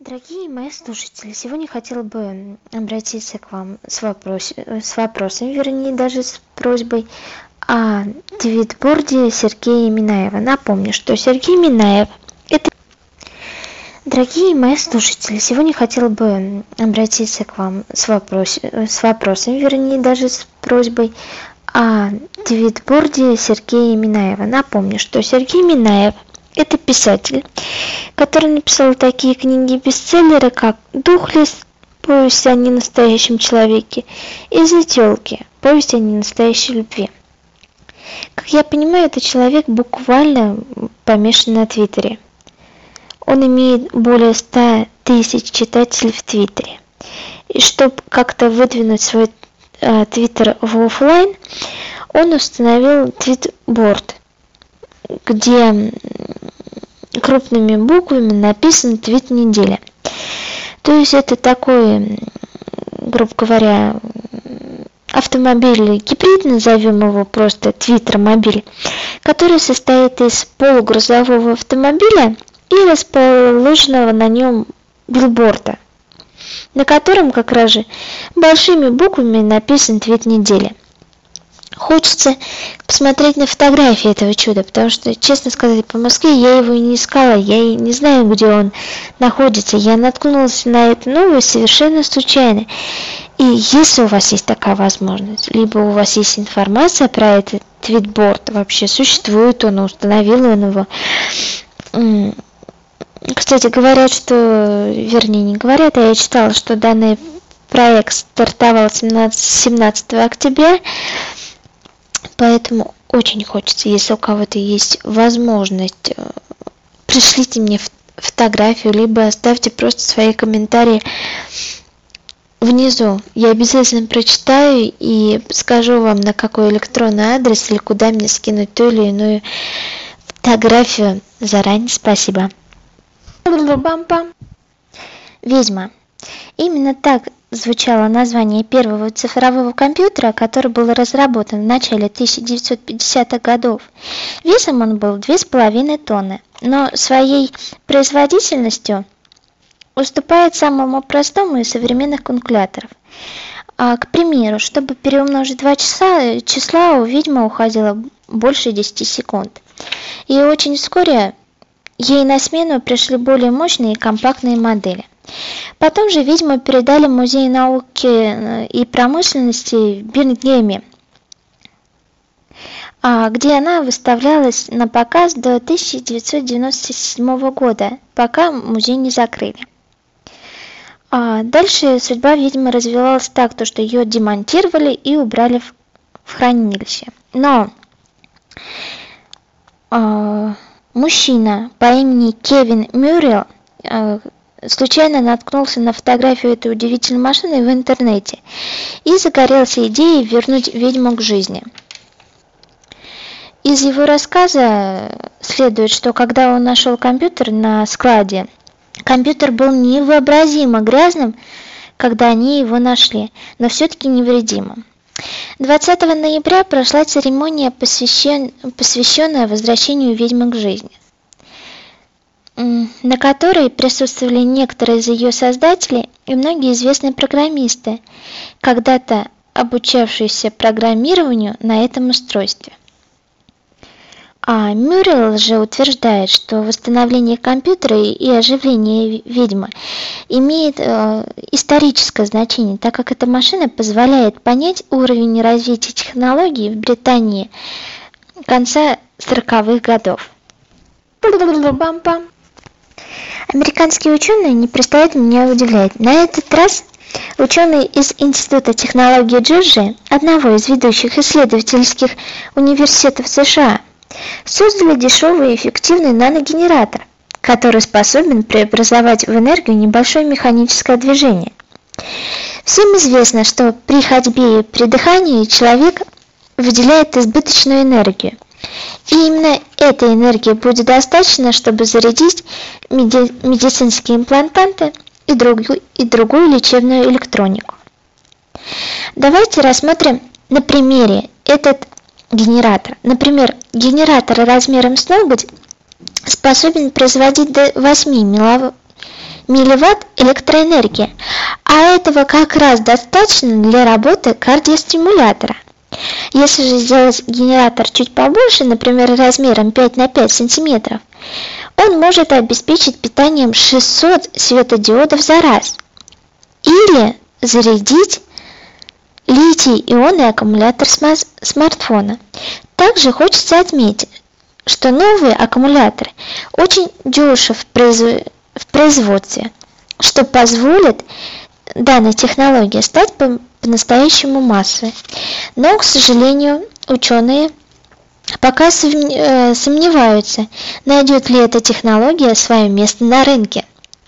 Дорогие мои слушатели, сегодня хотела бы обратиться к вам с вопросом, вернее, даже с просьбой о твитборде Сергея Минаева. Напомню, что Сергей Минаев – это... Дорогие мои слушатели, сегодня хотела бы обратиться к вам с вопросом, вернее, даже с просьбой о твитборде Сергея Минаева. Напомню, что Сергей Минаев – это писатель, который написал такие книги-бестселлеры, как «Духлесс», повесть о ненастоящем человеке, и «Зятёлки», повесть о ненастоящей любви. Как я понимаю, этот человек буквально помешан на Твиттере. Он имеет более 100 тысяч читателей в Твиттере. И чтобы как-то выдвинуть свой Твиттер в офлайн, он установил твитборд, где крупными буквами написано «Твит недели». То есть это такой, грубо говоря, автомобиль гибрид, назовем его просто твиттер-мобиль, который состоит из полугрузового автомобиля и расположенного на нем билборда, на котором как раз же большими буквами написан «Твит недели». Хочется посмотреть на фотографии этого чуда, потому что, честно сказать, по Москве я его и не искала, я и не знаю, где он находится. Я наткнулась на эту новость совершенно случайно. И если у вас есть такая возможность, либо у вас есть информация про этот твитборд, вообще существует он, установил он его. Кстати, говорят, что, вернее, не говорят, а я читала, что данный проект стартовал 17 октября. Поэтому очень хочется, если у кого-то есть возможность, пришлите мне фотографию, либо оставьте просто свои комментарии внизу. Я обязательно прочитаю и скажу вам, на какой электронный адрес или куда мне скинуть ту или иную фотографию. Заранее спасибо. Ведьма. Именно так звучало название первого цифрового компьютера, который был разработан в начале 1950-х годов. Весом он был 2,5 тонны, но своей производительностью уступает самому простому из современных калькуляторов. К примеру, чтобы переумножить два числа, у ведьмы уходило больше 10 секунд. И очень вскоре ей на смену пришли более мощные и компактные модели. Потом же ведьму передали в Музей науки и промышленности в Бирмингеме, где она выставлялась на показ до 1997 года, пока музей не закрыли. Дальше судьба ведьмы развивалась так, что ее демонтировали и убрали в хранилище. Но мужчина по имени Кевин Мюррелл случайно наткнулся на фотографию этой удивительной машины в интернете и загорелся идеей вернуть ведьму к жизни. Из его рассказа следует, что когда он нашел компьютер на складе, компьютер был невообразимо грязным, когда они его нашли, но все-таки невредимым. 20 ноября прошла церемония, посвященная возвращению ведьмы к жизни, на которой присутствовали некоторые из ее создателей и многие известные программисты, когда-то обучавшиеся программированию на этом устройстве. Мюррелл же утверждает, что восстановление компьютера и оживление ведьмы имеет историческое значение, так как эта машина позволяет понять уровень развития технологий в Британии конца 40-х годов. Американские ученые не перестают меня удивлять. На этот раз ученые из Института технологий Джорджии, одного из ведущих исследовательских университетов США, создали дешевый и эффективный наногенератор, который способен преобразовать в энергию небольшое механическое движение. Всем известно, что при ходьбе и при дыхании человек выделяет избыточную энергию. И именно этой энергии будет достаточно, чтобы зарядить медицинские имплантанты и другую лечебную электронику. Давайте рассмотрим на примере этот генератор. Например, генератор размером с ноготь способен производить до 8 милливатт электроэнергии, а этого как раз достаточно для работы кардиостимулятора. Если же сделать генератор чуть побольше, например, размером 5 на 5 сантиметров, он может обеспечить питанием 600 светодиодов за раз. Или зарядить литий-ионный аккумулятор смартфона. Также хочется отметить, что новые аккумуляторы очень дешев в производстве, что позволит данной технологии стать по-настоящему массовой. Но, к сожалению, ученые пока сомневаются, найдет ли эта технология свое место на рынке.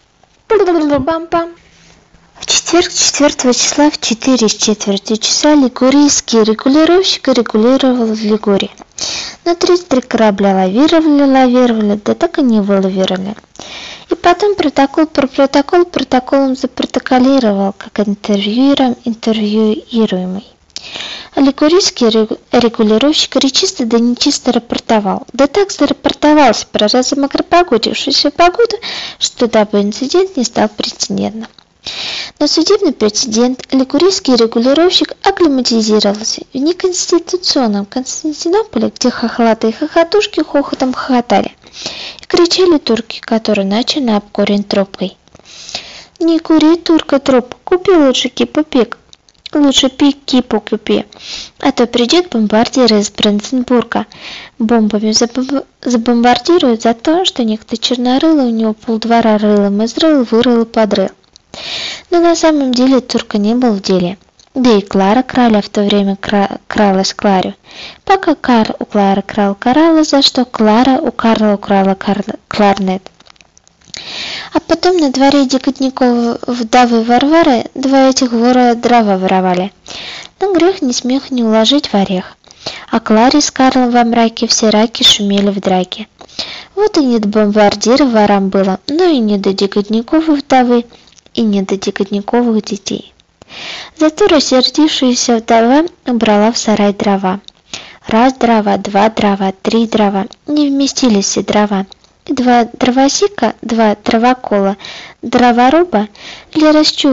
В четверг, 4 числа в 4:15 часа лигурийский регулировщик регулировал в Лигурии. Но 33 корабля лавировали, да так и не вылавировали. И потом протоколом запротоколировал, как интервьюируемый. А лигурийский регулировщик речисто да нечисто рапортовал. Да так зарапортовался про разомагропогодившуюся погоду, что дабы инцидент не стал прецедентом. Но судебный прецедент лигурийский регулировщик акклиматизировался в неконституционном Константинополе, где хохлатые хохотушки хохотом хохотали. И кричали турки, которые начали об корень трубкой. Не кури, турка, трубку, купи лучше кипу-пик. Лучше пик кипу купи, а то придет бомбардир из Бранденбурга. Бомбами забомбардируют за то, что некто чернорылый у него полдвора рылом изрыл, вырыл и подрыл. Но на самом деле турка не был в деле. Да и Клара краля в то время кралась Кларю. Пока Кар у Клары крал коралла, за что Клара у Карла украла кларнет. А потом на дворе Деготниковой вдовы Варвары два этих вора дрова воровали. Но грех ни смех не уложить в орех. А Кларе с Карлом во мраке все раки шумели в драке. Вот и не до бомбардира ворам было, но и не до Деготниковой вдовы, и не до Деготниковых детей. Зато рассердившаяся вдова убрала в сарай дрова. Раз дрова, два дрова, три дрова, не вместились все дрова. И два дровосека, два дровокола, дроворуба для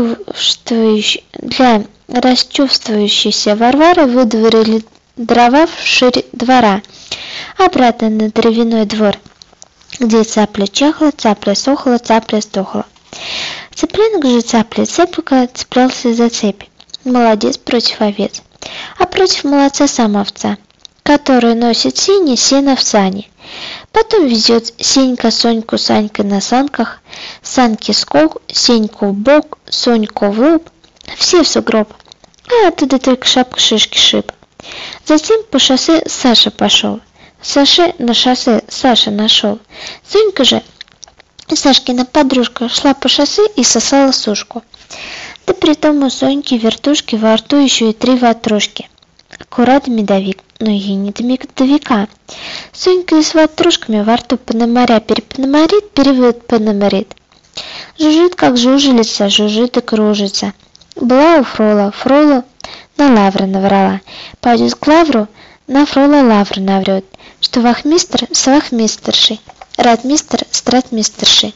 расчувствующейся Варвары выдворили дрова вширь двора, обратно на дровяной двор, где цапля чахла, цапля сохла, цапля сдохла. Цыпленок же цапля цеплялся за цепь. Молодец против овец. А против молодца сам овца, который носит сено в сани. Потом везет Сенька Соньку Санькой на санках, санки скок, Сеньку в бок, Соньку в лоб, все в сугроб, а оттуда только шапка шишки шип. Затем по шоссе Саша пошел. Саше на шоссе Саша нашел. Сонька же, Сашкина подружка, шла по шоссе и сосала сушку. Да притом у Соньки вертушки во рту еще и 3 ватрушки. Аккурат медовик, но ей не до медовика. Сонька и с ватрушками во рту пономаря перепономарит, перепономарит. Жужжит, как жужелица, жужжит и кружится. Была у Фрола на лавры наврала. Пойдет к лавру, на Фрола лавры наврет, что вахмистр с вахмистершей, ратмистр с ратмистершей.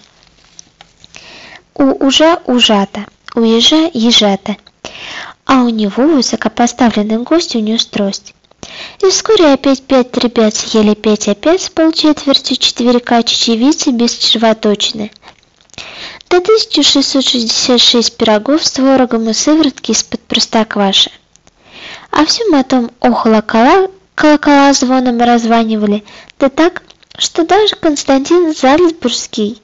У ужа ужата, у ежа ежата, а у него высокопоставленный гость унес трость. И вскоре опять 5 ребят съели 5 опять с полчетвертью четверика чечевицы без червоточины. До 1666 пирогов с творогом и сыворотки из-под простокваши. А всем о том колокола звоном разванивали, да так, что даже Константин Зальцбургский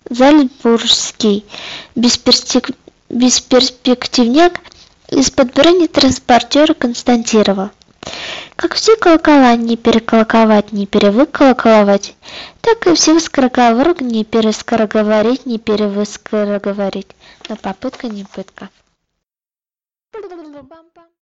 бесперспективняк из-под бронетранспортера констатировал: как все колокола не переколоковать, не перевыколоковать, так и все скороговорок не перескороговорить, не перевыскороговорить. Но попытка не пытка.